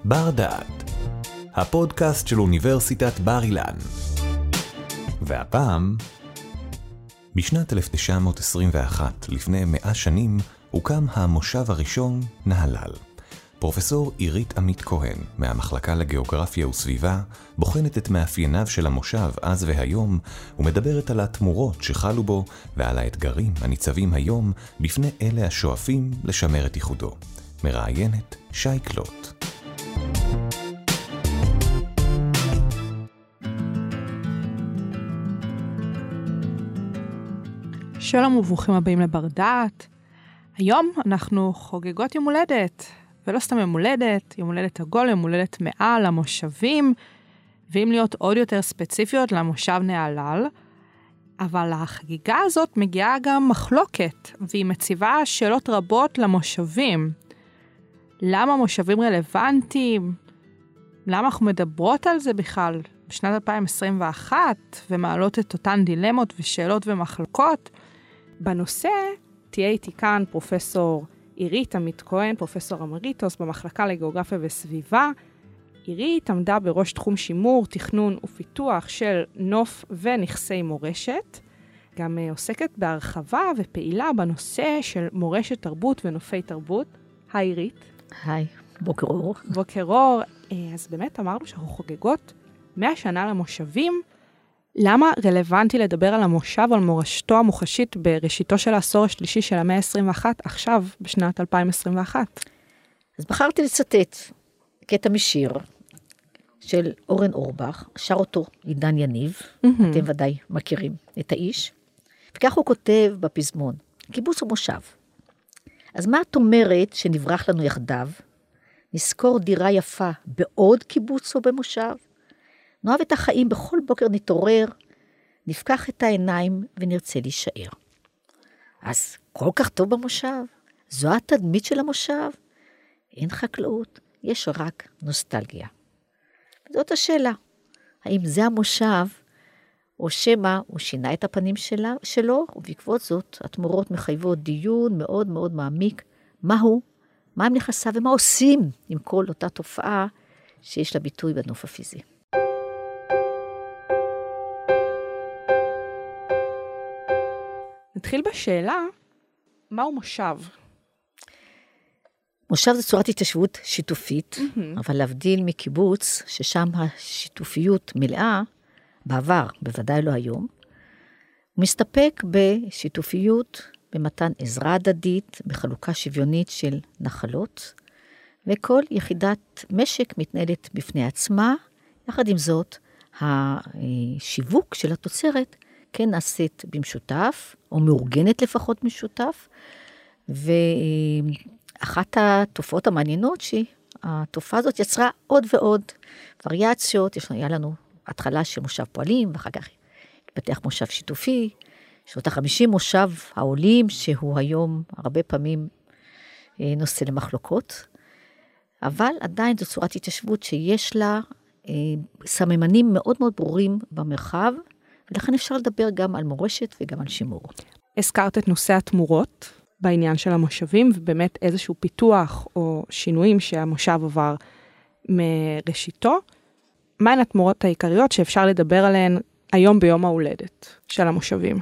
בר דעת, הפודקאסט של אוניברסיטת בר אילן. והפעם, בשנת 1921, לפני 100 שנים, הוקם המושב הראשון נהלל. פרופסור עירית עמית כהן, מהמחלקה לגיאוגרפיה וסביבה, בוחנת את מאפייניו של המושב אז והיום, ומדברת על התמורות שחלו בו ועל האתגרים הניצבים היום בפני אלה השואפים לשמר את ייחודו. מראיינת שי קלוט. שלום וברוכים הבאים לבר דעת. היום אנחנו חוגגות יום הולדת, ולא סתם יום הולדת, יום הולדת עגול, יום הולדת 100 למושבים, ואם להיות עוד יותר ספציפיות למושב נהלל, אבל החגיגה הזאת מגיעה גם מחלוקת, והיא מציבה שאלות רבות למושבים. למה מושבים רלוונטיים? למה אנחנו מדברות על זה בכלל בשנת 2021, ומעלות את אותן דילמות ושאלות ומחלוקות? בנושא תהיה איתי כאן פרופסור עירית עמית כהן, פרופסור אמריטוס במחלקה לגיאוגרפיה וסביבה. עירית עמדה בראש תחום שימור, תכנון ופיתוח של נוף ונכסי מורשת. גם עוסקת בהרחבה ופעילה בנושא של מורשת תרבות ונופי תרבות. היי עירית. היי, בוקר אור. בוקר אור. אז באמת אמרנו שאנחנו חוגגות 100 שנה למושבים. למה רלוונטי לדבר על המושב, על מורשתו המוחשית בראשיתו של העשור השלישי של המאה ה-21, עכשיו בשנת 2021? אז בחרתי לצטט קטע משיר של אורן אורבך, שר אותו עידן יניב, אתם ודאי מכירים את האיש, וכך הוא כותב בפזמון, קיבוץ ומושב. אז מה את אומרת שנברח לנו יחדיו? נזכור דירה יפה בעוד קיבוץ או במושב? נאהב את החיים, בכל בוקר נתעורר, נפקח את העיניים ונרצה להישאר. אז כל כך טוב במושב? זו התדמית של המושב? אין חקלאות, יש רק נוסטלגיה. זאת השאלה, האם זה המושב, או שמה הוא שינה את הפנים שלו, ובעקבות זאת התמורות מחייבות דיון מאוד מאוד מעמיק, מהו, מה הם נכנסיו ומה עושים עם כל אותה תופעה שיש לה ביטוי בנוף הפיזי. נתחיל בשאלה, מהו מושב? מושב זה צורת התיישבות שיתופית, אבל להבדיל מקיבוץ, ששם השיתופיות מלאה, בעבר, בוודאי לא היום, הוא מסתפק בשיתופיות, במתן עזרה הדדית, בחלוקה שוויונית של נחלות, וכל יחידת משק מתנהלת בפני עצמה, יחד עם זאת, השיווק של התוצרת כן נעשית במשותף, או מאורגנת לפחות משותף, ואחת התופעות המעניינות שהתופעה הזאת יצרה עוד ועוד וריאציות, היה לנו התחלה של מושב פועלים, ואחר כך התפתח מושב שיתופי, שנות ה-50 מושב העולים, שהוא היום הרבה פעמים נושא למחלוקות, אבל עדיין זו צורת התיישבות שיש לה סממנים מאוד מאוד ברורים במרחב, ולכן אפשר לדבר גם על מורשת וגם על שימור. הזכרת את נושא התמורות בעניין של המושבים, ובאמת איזשהו פיתוח או שינויים שהמושב עבר מראשיתו. מהן התמורות העיקריות שאפשר לדבר עליהן היום ביום ההולדת של המושבים?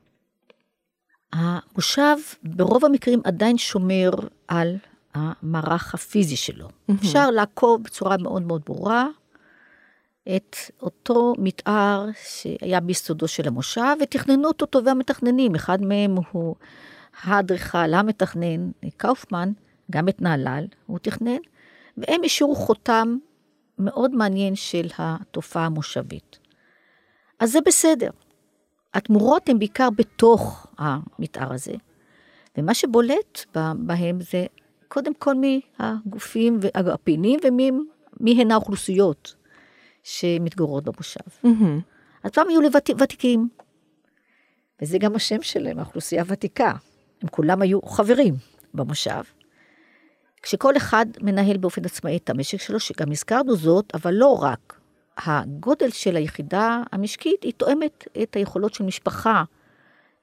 המושב ברוב המקרים עדיין שומר על המערך הפיזי שלו. אפשר לעקוב בצורה מאוד מאוד ברורה, את אותו מתאר שהיה ביסודו של המושב, ותכננו אותו והמתכננים, אחד מהם הוא האדריכל, המתכנן, קאופמן, גם את נהלל, הוא תכנן, והם השאירו חותם מאוד מעניין של התופעה המושבית. אז זה בסדר. התמורות הן בעיקר בתוך המתאר הזה, ומה שבולט בהם זה קודם כל מהגופים והפינים, ומהן האוכלוסיות שמתגוררות במושב. אז פעם היו לוותיקים, וזה גם השם שלהם, האוכלוסייה הוותיקה. הם כולם היו חברים במושב, כשכל אחד מנהל באופן עצמאי את המשק שלו, שגם הזכרנו זאת, אבל לא רק. הגודל של היחידה המשקית, היא תואמת את היכולות של משפחה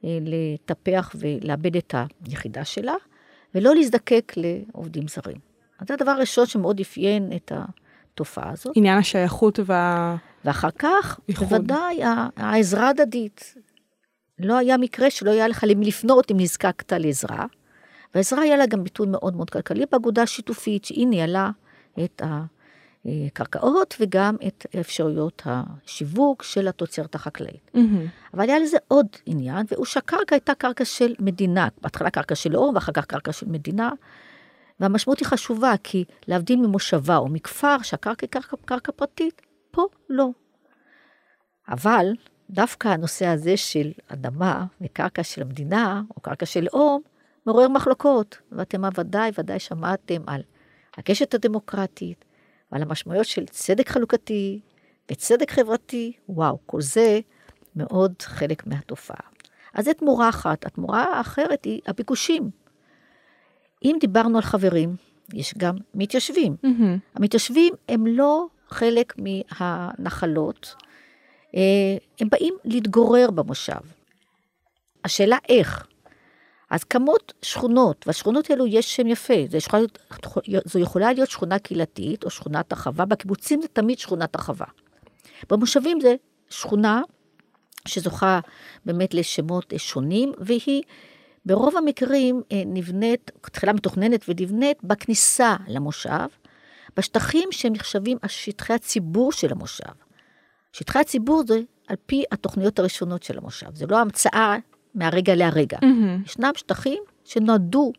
לטפח ולאבד את היחידה שלה, ולא להזדקק לעובדים זרים. אז זה הדבר הראשון שמאוד אפיין את התופעה הזאת. עניין השייכות ואחר כך, בוודאי, העזרה הדדית. לא היה מקרה שלא היה לך למי לפנות אם נזקקת לעזרה, והעזרה היה לה גם ביטוי מאוד מאוד כלכלי באגודה השיתופית, שהיא ניהלה את הקרקעות וגם את אפשרויות השיווק של התוצרת החקלאית. אבל היה לזה עוד עניין, שהקרקע הייתה קרקע של מדינה, בהתחלה קרקע של לאום ואחר כך קרקע של מדינה, והמשמעות היא חשובה, כי להבדיל ממושבה או מכפר שהקרקע היא קרקע פרטית, פה לא. אבל דווקא הנושא הזה של אדמה וקרקע של המדינה או קרקע של לאום, מעורר מחלוקות, ואתם ודאי שמעתם על הקשת הדמוקרטית, ועל המשמעויות של צדק חלוקתי וצדק חברתי, וואו, כל זה מאוד חלק מהתופעה. אז זו תמורה אחת, התמורה האחרת היא הביקושים. אם דיברנו על חברים, יש גם מתיישבים. המתיישבים הם לא חלק מהנחלות, הם באים להתגורר במושב. השאלה איך? אז כמות שכונות, והשכונות האלו יש שם יפה, זו יכולה להיות שכונה קהילתית או שכונת החווה, בקיבוצים זה תמיד שכונת החווה. במושבים זה שכונה שזוכה באמת לשמות שונים, והיא ברוב המקרים נבנית, תחילה מתוכננת ונבנית בכניסה למושב, בשטחים שהם נחשבים על שטחי הציבור של המושב. שטחי הציבור זה על פי התוכניות הראשונות של המושב, זה לא המצאה מהרגע להרגע. ישנם שטחים שנועדו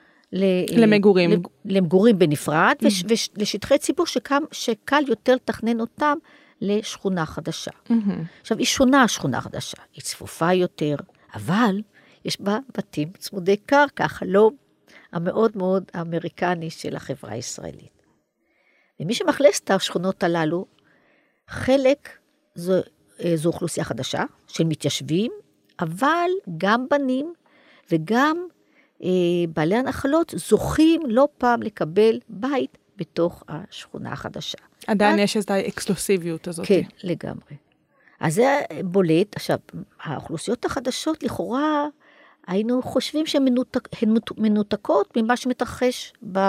למגורים בנפרד, ולשטחי ציבור שקל יותר לתכנן אותם לשכונה חדשה. עכשיו, היא שונה שכונה חדשה, היא צפופה יותר, אבל יש בה בתים צמודי קרקע, החלום המאוד מאוד האמריקני של החברה הישראלית. ומי שמחלס את השכונות הללו, חלק זו אוכלוסייה חדשה של מתיישבים, אבל גם בנים וגם בעלי הנחלות זוכים לא פעם לקבל בית בתוך השכונה החדשה. עדיין יש איזו האקסקלוסיביות הזאת. כן, לגמרי. אז זה בולט. עכשיו, האוכלוסיות החדשות לכאורה היינו חושבים שהן מנותקות ממה שמתרחש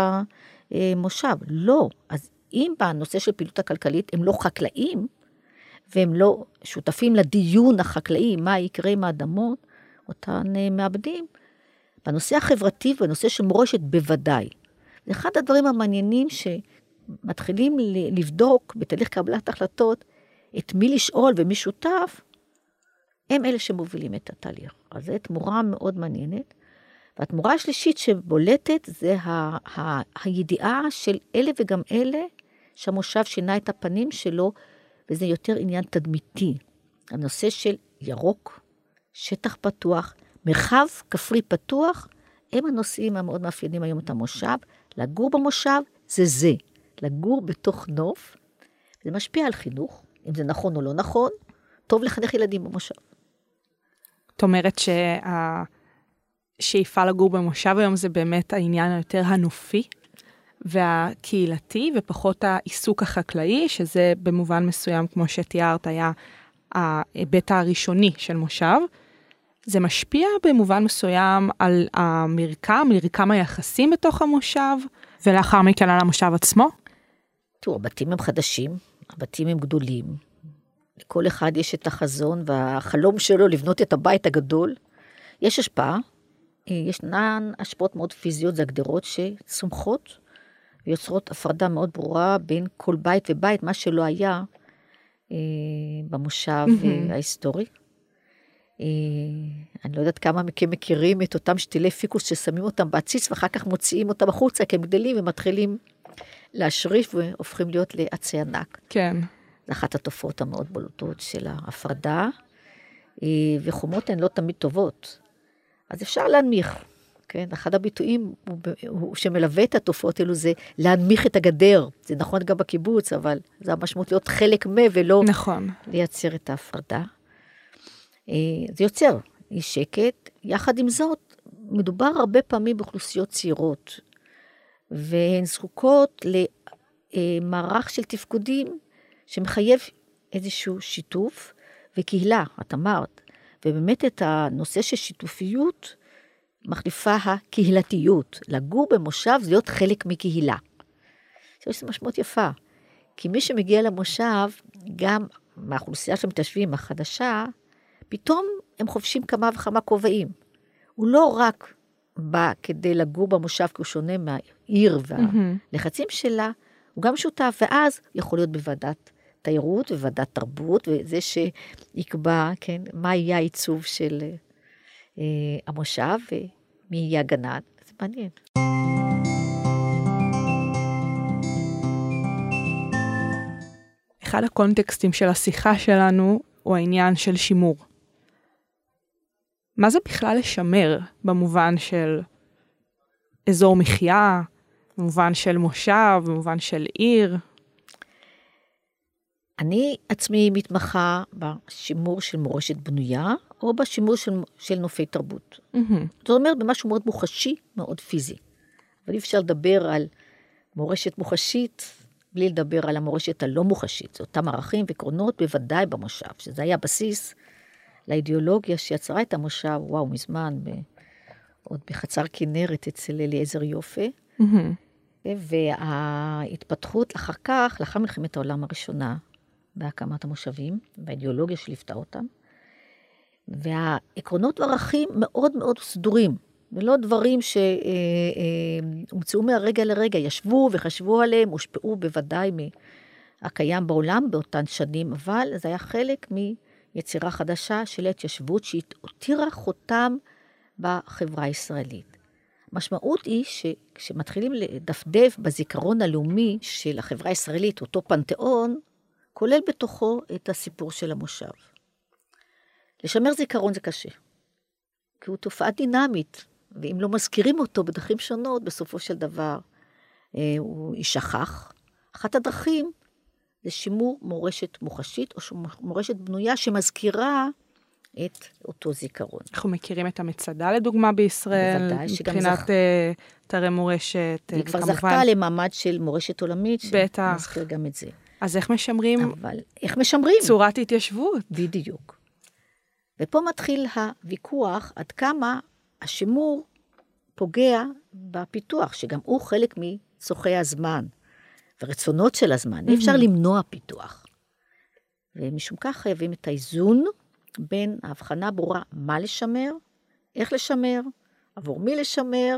במושב. לא. אז אם בנושא של פעילות הכלכלית הם לא חקלאים, והם לא שותפים לדיון החקלאי, מה יקרה עם האדמות, אותן מאבדים. בנושא החברתי ובנושא של מורשת בוודאי. זה אחד הדברים המעניינים שמתחילים לבדוק בתהליך קבלת החלטות, את מי לשאול ומי שותף, הם אלה שמובילים את התהליך. אז זו תמורה מאוד מעניינת. והתמורה השלישית שבולטת זה הידיעה של אלה וגם אלה, שהמושב שינה את הפנים שלו, וזה יותר עניין תדמיתי. הנושא של ירוק, שטח פתוח, מרחב כפרי פתוח, הם הנושאים המאוד מאפיינים היום את המושב. לגור במושב זה. לגור בתוך נוף, זה משפיע על חינוך, אם זה נכון או לא נכון, טוב לחנך ילדים במושב. זאת אומרת שהשאיפה לגור במושב היום זה באמת העניין היותר הנופי, והקהילתי, ופחות העיסוק החקלאי, שזה במובן מסוים, כמו שתיארת, היה ההיבט הראשוני של מושב. זה משפיע במובן מסוים על מרקם היחסים בתוך המושב, ולאחר מכן על המושב עצמו? תראו, הבתים הם חדשים, הבתים הם גדולים. לכל אחד יש את החזון והחלום שלו לבנות את הבית הגדול. יש השפעה, ישנן השפעות מאוד פיזיות, זה הגדרות שצומחות, ויוצרות הפרדה מאוד ברורה בין כל בית ובית, מה שלא היה במושב ההיסטורי. אני לא יודעת כמה מכם מכירים את אותם שתילי פיקוס ששמים אותם בעציץ, ואחר כך מוציאים אותם החוצה, כי הם גדלים ומתחילים להשריף והופכים להיות לעצי ענק. כן. זו אחת התופעות המאוד בולטות של ההפרדה, וחומות הן לא תמיד טובות. אז אפשר להנמיך. כן, אחד הביטויים שמלווה את התופעות האלו זה להנמיך את הגדר. זה נכון גם בקיבוץ, אבל זה המשמעות להיות חלק ולא נכון. לייצר את ההפרדה. זה יוצר אי שקט. יחד עם זאת, מדובר הרבה פעמים באוכלוסיות צעירות, והן זקוקות למערך של תפקודים שמחייב איזשהו שיתוף וקהילה, את אמרת. ובאמת את הנושא של שיתופיות מחליפה הקהילתיות. לגור במושב זה להיות חלק מקהילה. יש לזה משמעות יפה. כי מי שמגיע למושב, גם מהאוכלוסייה של המתיישבים החדשה, פתאום הם חופשים כמה וכמה כובעים. הוא לא רק בא כדי לגור במושב, כי הוא שונה מהעיר והלחצים שלה, הוא גם שותף, ואז יכול להיות בוועדת תיירות וועדת תרבות, וזה שיקבע, כן, מה יהיה העיצוב של המושב, ומי יהיה הגנן. זה מעניין. אחד הקונטקסטים של השיחה שלנו הוא העניין של שימור. מה זה בכלל לשמר במובן של אזור מחיה, במובן של מושב, במובן של עיר? אני עצמי מתמחה בשימור של מורשת בנויה, או בשימור של נופי תרבות. זאת אומרת, במשהו מאוד מוחשי, מאוד פיזי. אבל אי אפשר לדבר על מורשת מוחשית, בלי לדבר על המורשת הלא מוחשית. זה אותם ערכים ועקרונות, בוודאי במושב, שזה היה בסיס לאידיאולוגיה שיצרה את המושב, וואו, מזמן, עוד בחצר כנרת אצל אליעזר יופי, וההתפתחות אחר כך, לאחר מלחמת העולם הראשונה, בהקמת המושבים, והאידיאולוגיה שליוותה אותם, והעקרונות והערכים מאוד מאוד סדורים, ולא דברים שהומצאו מהרגע לרגע, ישבו וחשבו עליהם, הושפעו בוודאי מהקיים בעולם באותן שנים, אבל זה היה חלק מיצירה חדשה של ההתיישבות, שהותירה חותם בחברה הישראלית. המשמעות היא שכשמתחילים לדפדף בזיכרון הלאומי של החברה הישראלית, אותו פנתיאון, כולל בתוכו את הסיפור של המושב. לשמר זיכרון זה קשה, כי הוא תופעה דינמית, ואם לא מזכירים אותו בדרכים שונות, בסופו של דבר הוא יישכח. אחת הדרכים זה שימור מורשת מוחשית, או מורשת בנויה שמזכירה את אותו זיכרון. אנחנו מכירים את המצדה לדוגמה בישראל, בוודאי, מבחינת תרי מורשת. היא כבר זכתה למעמד של מורשת עולמית, שמזכיר גם את זה. אז איך משמרים? אבל איך משמרים? צורת התיישבות. בדיוק. ופה מתחיל הוויכוח עד כמה השימור פוגע בפיתוח, שגם הוא חלק מצורכי הזמן, ורצונות של הזמן. אי אפשר למנוע פיתוח. ומשום כך חייבים את האיזון בין ההבחנה ברורה מה לשמר, איך לשמר, עבור מי לשמר,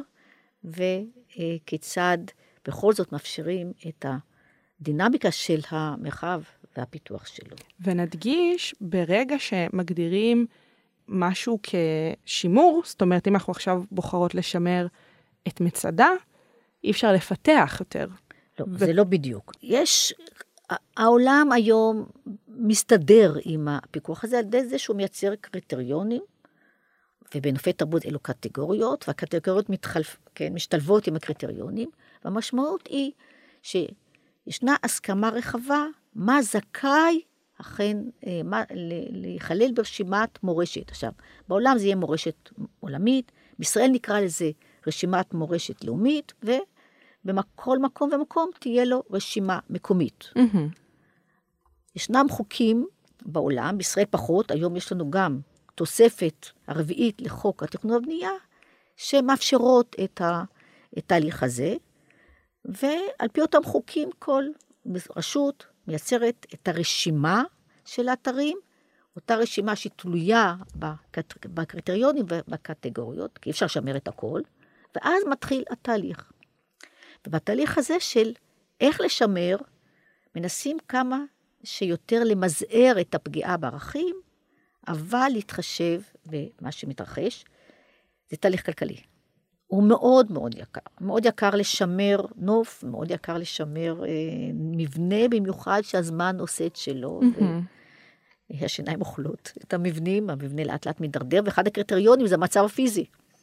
וכיצד בכל זאת מאפשרים את הדינמיקה של המרחב והפיתוח שלו. ונדגיש, ברגע שמגדירים משהו כשימור, זאת אומרת, אם אנחנו עכשיו בוחרות לשמר את מצדה, אי אפשר לפתח יותר. לא, זה לא בדיוק. העולם היום מסתדר עם הפיקוח הזה, על ידי זה שהוא מייצר קריטריונים, ובנופי תרבות אלו קטגוריות, והקטגוריות משתלבות עם הקריטריונים, והמשמעות היא שישנה הסכמה רחבה, מה זכאי אכן להיכלל ברשימת מורשת. עכשיו, בעולם זה יהיה מורשת עולמית, בישראל נקרא לזה רשימת מורשת לאומית, ובכל מקום ומקום תהיה לו רשימה מקומית. ישנם חוקים בעולם, בישראל פחות, היום יש לנו גם תוספת הרביעית לחוק התכנון והבנייה, שמאפשרות את התהליך הזה, ועל פי אותם חוקים כל רשות מייצרת את הרשימה של האתרים, אותה רשימה שהיא תלויה בקריטריונים ובקטגוריות, כי אפשר לשמר את הכל, ואז מתחיל התהליך. ובתהליך הזה של איך לשמר, מנסים כמה שיותר למזער את הפגיעה בערכים, אבל להתחשב במה שמתרחש, זה תהליך כלכלי. הוא מאוד מאוד יקר. מאוד יקר לשמר נוף, מאוד יקר לשמר מבנה, במיוחד שהזמן עושה את שלו, והשיניים אוכלות את המבנה לאט לאט מדרדר, ואחד הקריטריונים זה המצב הפיזי,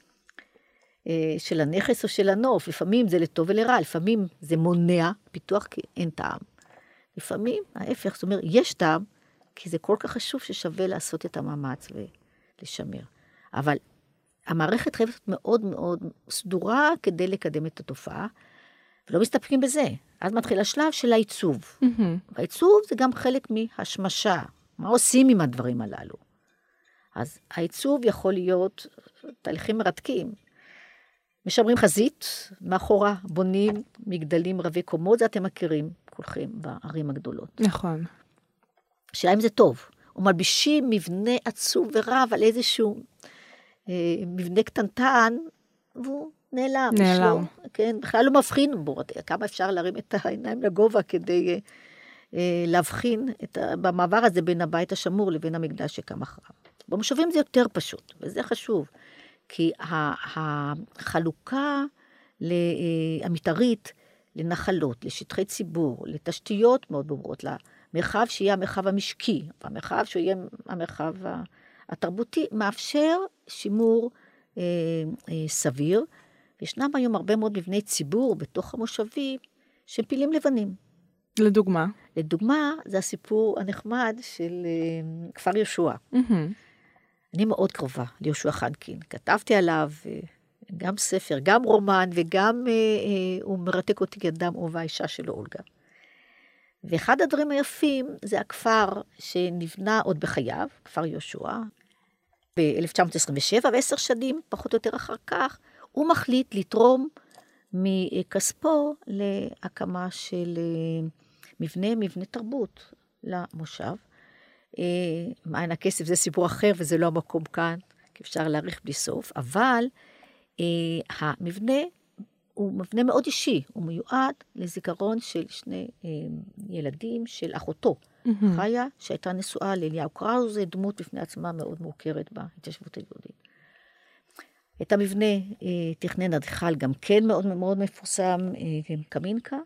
של הנכס או של הנוף. לפעמים זה לטוב ולרע, לפעמים זה מונע פיתוח כי אין טעם. לפעמים ההפך, זאת אומרת, יש טעם, כי זה כל כך חשוב ששווה לעשות את המאמץ ולשמר. אבל המערכת חייבת מאוד מאוד סדורה כדי לקדם את התופעה, ולא מסתפקים בזה. אז מתחיל השלב של העיצוב. העיצוב זה גם חלק מהשמשה. מה עושים עם הדברים הללו? אז העיצוב יכול להיות תהליכים מרתקים. משמרים חזית, מאחורה בונים מגדלים רבי קומות, זה אתם מכירים כולכם בערים הגדולות. נכון. השאלה אם זה טוב. ומלבישים מבנה עצוב ורב על איזשהו מבנה קטנטן, והוא נעלם. נעלם. כן, בכלל לא מבחין בו, כמה אפשר להרים את העיניים לגובה כדי להבחין במעבר הזה בין הבית השמור לבין המקדש שקם אחריו. במושבים זה יותר פשוט, וזה חשוב, כי החלוקה המתארית לנחלות, לשטחי ציבור, לתשתיות מאוד ברורות, למרחב שיהיה המרחב המשקי, והמרחב שיהיה המרחב התרבותי, מאפשר שימור סביר. ישנם היום הרבה מאוד מבני ציבור בתוך המושבים, שהם פילים לבנים. לדוגמה? לדוגמה, זה הסיפור הנחמד של כפר יהושע. אני מאוד קרובה ליהושע חנקין. כתבתי עליו גם ספר, גם רומן, וגם הוא מרתק אותי כאדם אהוב האישה שלו, אולגה. ואחד הדברים היפים זה הכפר שנבנה עוד בחייו, כפר יהושע, ב-1927, ו10 שנים, פחות או יותר אחר כך, הוא מחליט לתרום מכספו להקמה של מבנה תרבות למושב. מעין הכסף זה סיפור אחר, וזה לא המקום כאן, כי אפשר להאריך בלי סוף, אבל המבנה הוא מבנה מאוד אישי, הוא מיועד לזיכרון של שני ילדים של אחותו, חיה, שהייתה נשואה לאליהו קראוזה, דמות בפני עצמה מאוד מוכרת בהתיישבות היהודית. את המבנה תכנן אדריכל גם כן מאוד מאוד מפורסם, קמינקה,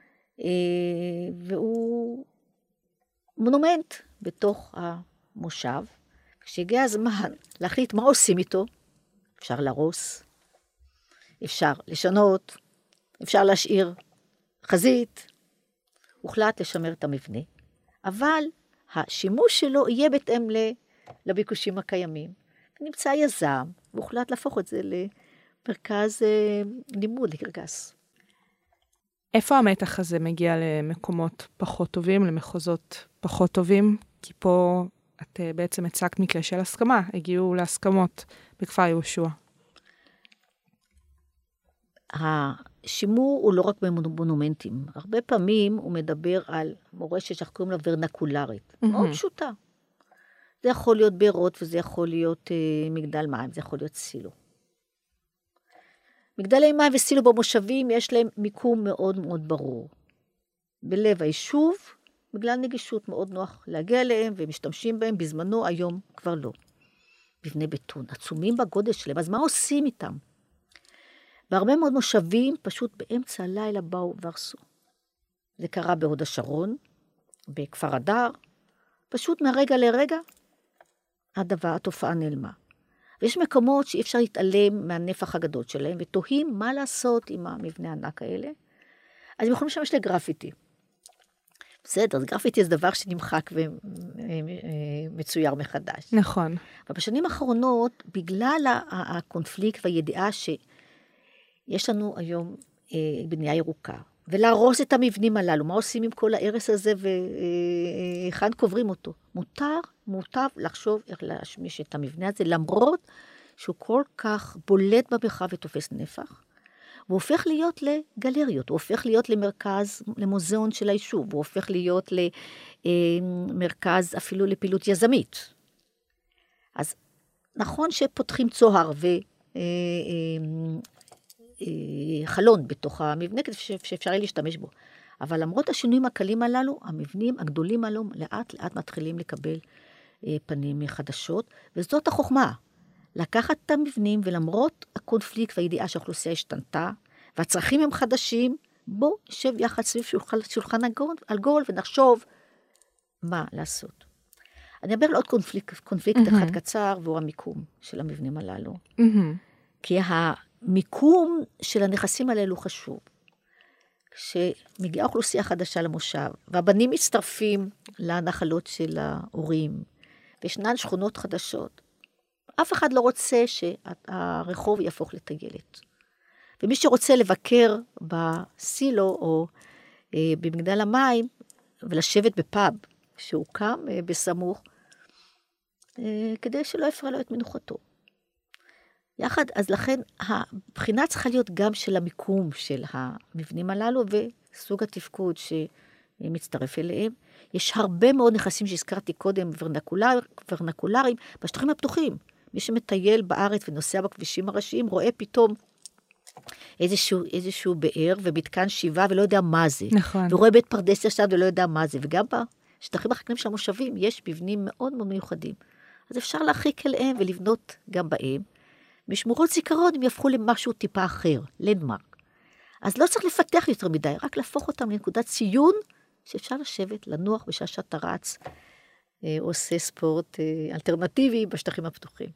והוא מונומנט בתוך המושב. כשהגיע הזמן להחליט מה עושים איתו, אפשר להרוס, אפשר לשנות, אפשר להשאיר חזית, הוחלט לשמר את המבנה, אבל השימוש שלו יהיה בהתאם לביקושים הקיימים. נמצא יזם, והוחלט להפוך את זה למרכז לימוד, לקרגס. איפה המתח הזה מגיע למקומות פחות טובים, למחוזות פחות טובים? כי פה את בעצם הצגת מקרה של הסכמה, הגיעו להסכמות בכפר יהושע. השימור הוא לא רק במונומנטים. הרבה פעמים הוא מדבר על מורשת שאנחנו קוראים לה ורנקולרית. מאוד פשוטה. זה יכול להיות בירות, וזה יכול להיות מגדל מים, זה יכול להיות סילו. מגדלי מים וסילו במושבים יש להם מיקום מאוד מאוד ברור. בלב היישוב, בגלל נגישות מאוד נוח להגיע אליהם, ומשתמשים בהם בזמנו, היום כבר לא. מבני בטון, עצומים בגודל שלהם, אז מה עושים איתם? בהרבה מאוד מושבים, פשוט באמצע הלילה באו והרסו. זה קרה בהוד השרון, בכפר הדר, פשוט מהרגע לרגע, התופעה נעלמה. ויש מקומות שאי אפשר להתעלם מהנפח הגדול שלהם, ותוהים מה לעשות עם המבנה הענק האלה. אז הם יכולים לשמש לגרפיטי. בסדר, גרפיטי זה דבר שנמחק ומצויר מחדש. נכון. אבל בשנים האחרונות, בגלל הקונפליקט והידיעה שיש לנו היום בנייה ירוקה, ולהרוס את המבנים הללו, מה עושים עם כל הערס הזה והיכן קוברים אותו? מוטב לחשוב איך להשמיש את המבנה הזה, למרות שהוא כל כך בולט במרחב ותופס נפח, הוא הופך להיות לגלריות, הוא הופך להיות למרכז, למוזיאון של היישוב, הוא הופך להיות למרכז אפילו לפעילות יזמית. אז נכון שפותחים צוהר חלון בתוך המבנה, כדי שאפשר להשתמש בו. אבל למרות השינויים הקלים הללו, המבנים הגדולים הללו לאט לאט מתחילים לקבל פנים חדשות, וזאת החוכמה. לקחת את המבנים, ולמרות הקונפליקט והידיעה שהאוכלוסייה השתנתה, והצרכים הם חדשים, בוא נשב יחד סביב שולחן עגול ונחשוב מה לעשות. אני אדבר על עוד קונפליקט אחד קצר, והוא המיקום של המבנים הללו. כי המיקום של הנכסים הללו חשוב. כשמגיעה אוכלוסייה חדשה למושב, והבנים מצטרפים לנחלות של ההורים, וישנן שכונות חדשות, אף אחד לא רוצה שהרחוב יהפוך לטיילת. ומי שרוצה לבקר בסילו או במגדל המים, ולשבת בפאב שהוקם בסמוך, כדי שלא יפרע לו את מנוחתו. יחד, אז לכן הבחינה צריכה להיות גם של המיקום של המבנים הללו, וסוג התפקוד שמצטרף אליהם. יש הרבה מאוד נכסים שהזכרתי קודם, ורנקולריים, בשטחים הפתוחים. מי שמטייל בארץ ונוסע בכבישים הראשיים, רואה פתאום איזשהו באר ומתקן שיבה ולא יודע מה זה. נכון. ורואה בית פרדס ישב ולא יודע מה זה. וגם בשטחים החקלאיים של המושבים יש מבנים מאוד מאוד מיוחדים. אז אפשר להרחיק אליהם ולבנות גם בהם. משמורות זיכרון הם יהפכו למשהו טיפה אחר, לנדמרק. אז לא צריך לפתח יותר מדי, רק להפוך אותם לנקודת ציון, שאפשר לשבת, לנוח בשעה שאתה רץ, עושה ספורט אלטרנטיבי בשטחים הפתוחים.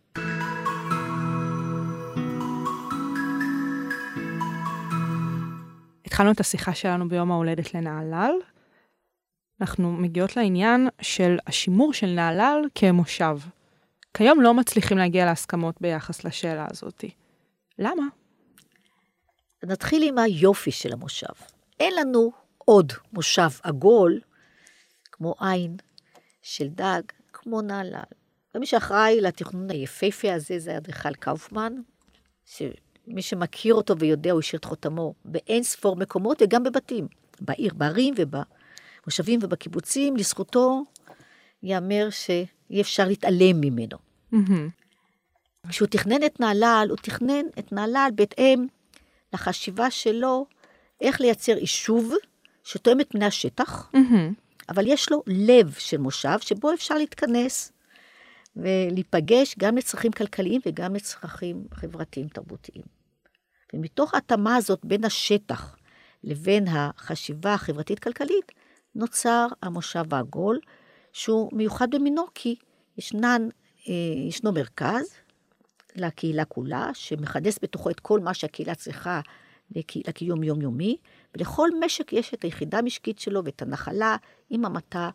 התחלנו את השיחה שלנו ביום ההולדת לנהלל. אנחנו מגיעות לעניין של השימור של נהלל כמושב. כיום לא מצליחים להגיע להסכמות ביחס לשאלה הזאת. למה? נתחיל עם היופי של המושב. אין לנו עוד מושב עגול, כמו עין של דג, כמו נהלל. ומי שאחראי לתכנון היפהפה הזה, זה אדריכל קאופמן, שמי שמכיר אותו ויודע, הוא השאיר את חותמו באין ספור מקומות, וגם בבתים, בעיר, בערים ובמושבים ובקיבוצים, לזכותו יאמר שאי אפשר להתעלם ממנו. כשהוא תכנן את נהלל, הוא תכנן את נהלל בהתאם לחשיבה שלו, איך לייצר יישוב שתואם את פני השטח, אבל יש לו לב של מושב, שבו אפשר להתכנס ולהיפגש גם לצרכים כלכליים וגם לצרכים חברתיים תרבותיים. ומתוך ההתאמה הזאת בין השטח לבין החשיבה החברתית-כלכלית, נוצר המושב העגול, שהוא מיוחד במינו, כי ישנו מרכז לקהילה כולה, שמחדש בתוכו את כל מה שהקהילה צריכה לקיום יומיומי, ולכל משק יש את היחידה המשקית שלו, ואת הנחלה עם המטה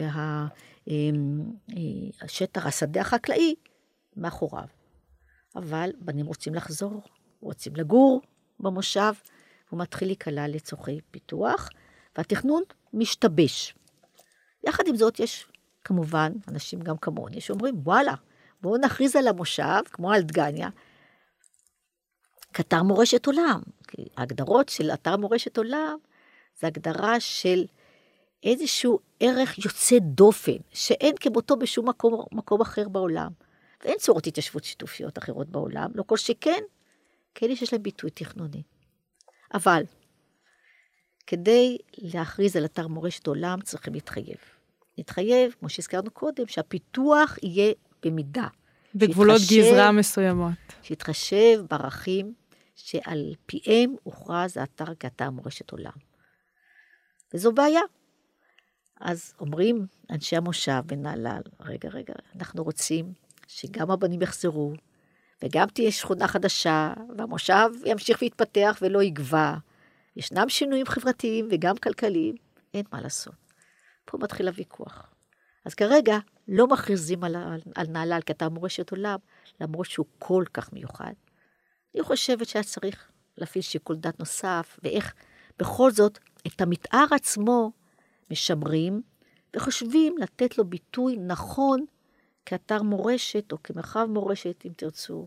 והשטח, השדה החקלאי מאחוריו. אבל בנים רוצים לחזור, רוצים לגור במושב, הוא מתחיל להיקלע לצורכי פיתוח, והתכנון משתבש. יחד עם זאת יש כמובן אנשים גם כמוני שאומרים, וואלה, בואו נכריז על המושב, כמו על דגניה, כאתר מורשת עולם. כי ההגדרות של אתר מורשת עולם, זה הגדרה של איזשהו ערך יוצא דופן, שאין כמותו בשום מקום אחר בעולם. ואין צורות התיישבות שיתופיות אחרות בעולם, לא כל שכן, כאלה שיש להם ביטוי תכנוני. אבל, כדי להכריז על אתר מורשת עולם, צריכים להתחייב, כמו שהזכרנו קודם, שהפיתוח יהיה במידה. בגבולות גזרה מסוימות. שיתחשב בערכים שעל פיהם הוכרז האתר כאתר מורשת עולם. וזו בעיה. אז אומרים אנשי המושב בנהלל, רגע, אנחנו רוצים שגם הבנים יחזרו, וגם תהיה שכונה חדשה, והמושב ימשיך להתפתח ולא יגבע. ישנם שינויים חברתיים וגם כלכליים, אין מה לעשות. פה מתחיל הוויכוח. אז כרגע לא מכריזים על נהלל כאתר מורשת עולם, למרות שהוא כל כך מיוחד. אני חושבת שהיה צריך להפעיל שיקול דעת נוסף, ואיך בכל זאת את המתאר עצמו משמרים, וחושבים לתת לו ביטוי נכון כאתר מורשת, או כמרחב מורשת, אם תרצו,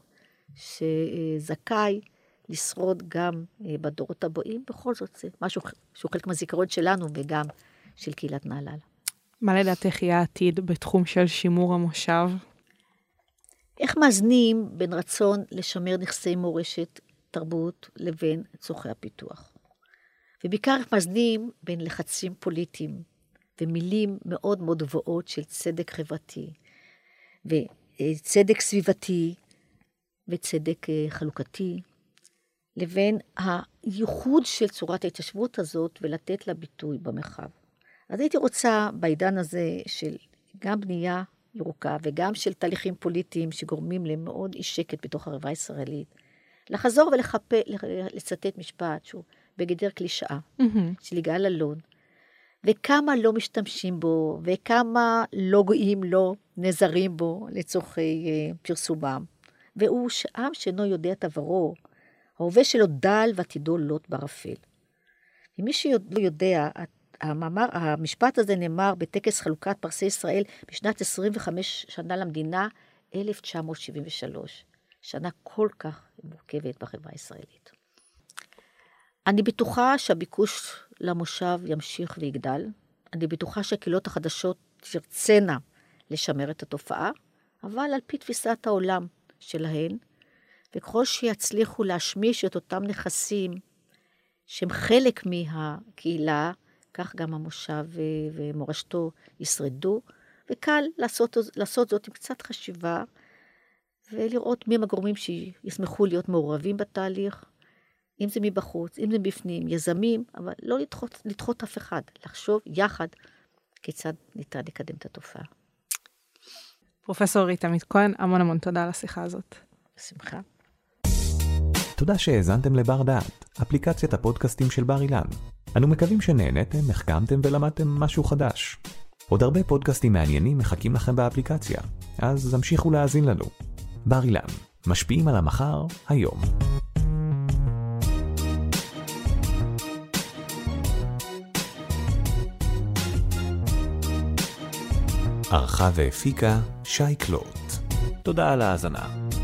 שזכאי לשרוד גם בדורות הבאים. בכל זאת זה משהו שהוא חלק מהזיכרון שלנו, וגם של קהילת נהלל. מה לדעתך יהיה העתיד בתחום של שימור המושב? איך מאזנים בין רצון לשמר נכסי מורשת תרבות לבין צורכי הפיתוח? ובעיקר איך מאזנים בין לחצים פוליטיים ומילים מאוד מאוד גבוהות של צדק חברתי וצדק סביבתי וצדק חלוקתי, לבין הייחוד של צורת ההתיישבות הזאת ולתת לה ביטוי במרחב. אז הייתי רוצה בעידן הזה של גם בנייה ירוקה וגם של תהליכים פוליטיים שגורמים למאוד אי שקט בתוך החברה הישראלית, לחזור ולצטט משפט שהוא בגדר קלישאה של יגאל אלון, וכמה לא משתמשים בו, וכמה לא גויים לא נזרים בו לצורכי פרסומם. והוא שעם שאינו יודע את עברו, ההווה שלו דל ועתידו לוט בערפל. ומי שלא יודע, המשפט הזה נאמר בטקס חלוקת פרסי ישראל בשנת 25 שנה למדינה, 1973. שנה כל כך מורכבת בחברה הישראלית. אני בטוחה שהביקוש למושב ימשיך ויגדל. אני בטוחה שהקהילות החדשות תרצנה לשמר את התופעה, אבל על פי תפיסת העולם שלהן, וככל שיצליחו להשמיש את אותם נכסים שהם חלק מהקהילה, כך גם המושב ומורשתו ישרדו, וקל לעשות זאת עם קצת חשיבה, ולראות מי הם הגורמים שישמחו להיות מעורבים בתהליך, אם זה מבחוץ, אם זה בפנים, יזמים, אבל לא לדחות אף אחד, לחשוב יחד כיצד ניתן לקדם את התופעה. פרופסור עירית עמית כהן, המון תודה על השיחה הזאת. בשמחה. תודה שהאזנתם לבר דעת, אפליקציית הפודקאסטים של בר אילן. אנו מקווים שנהנתם, החכמתם ולמדתם משהו חדש. עוד הרבה פודקאסטים מעניינים מחכים לכם באפליקציה, אז המשיכו להאזין לנו. בר אילן, משפיעים על המחר, היום. ערכה והפיקה שי קלוט. תודה על ההאזנה.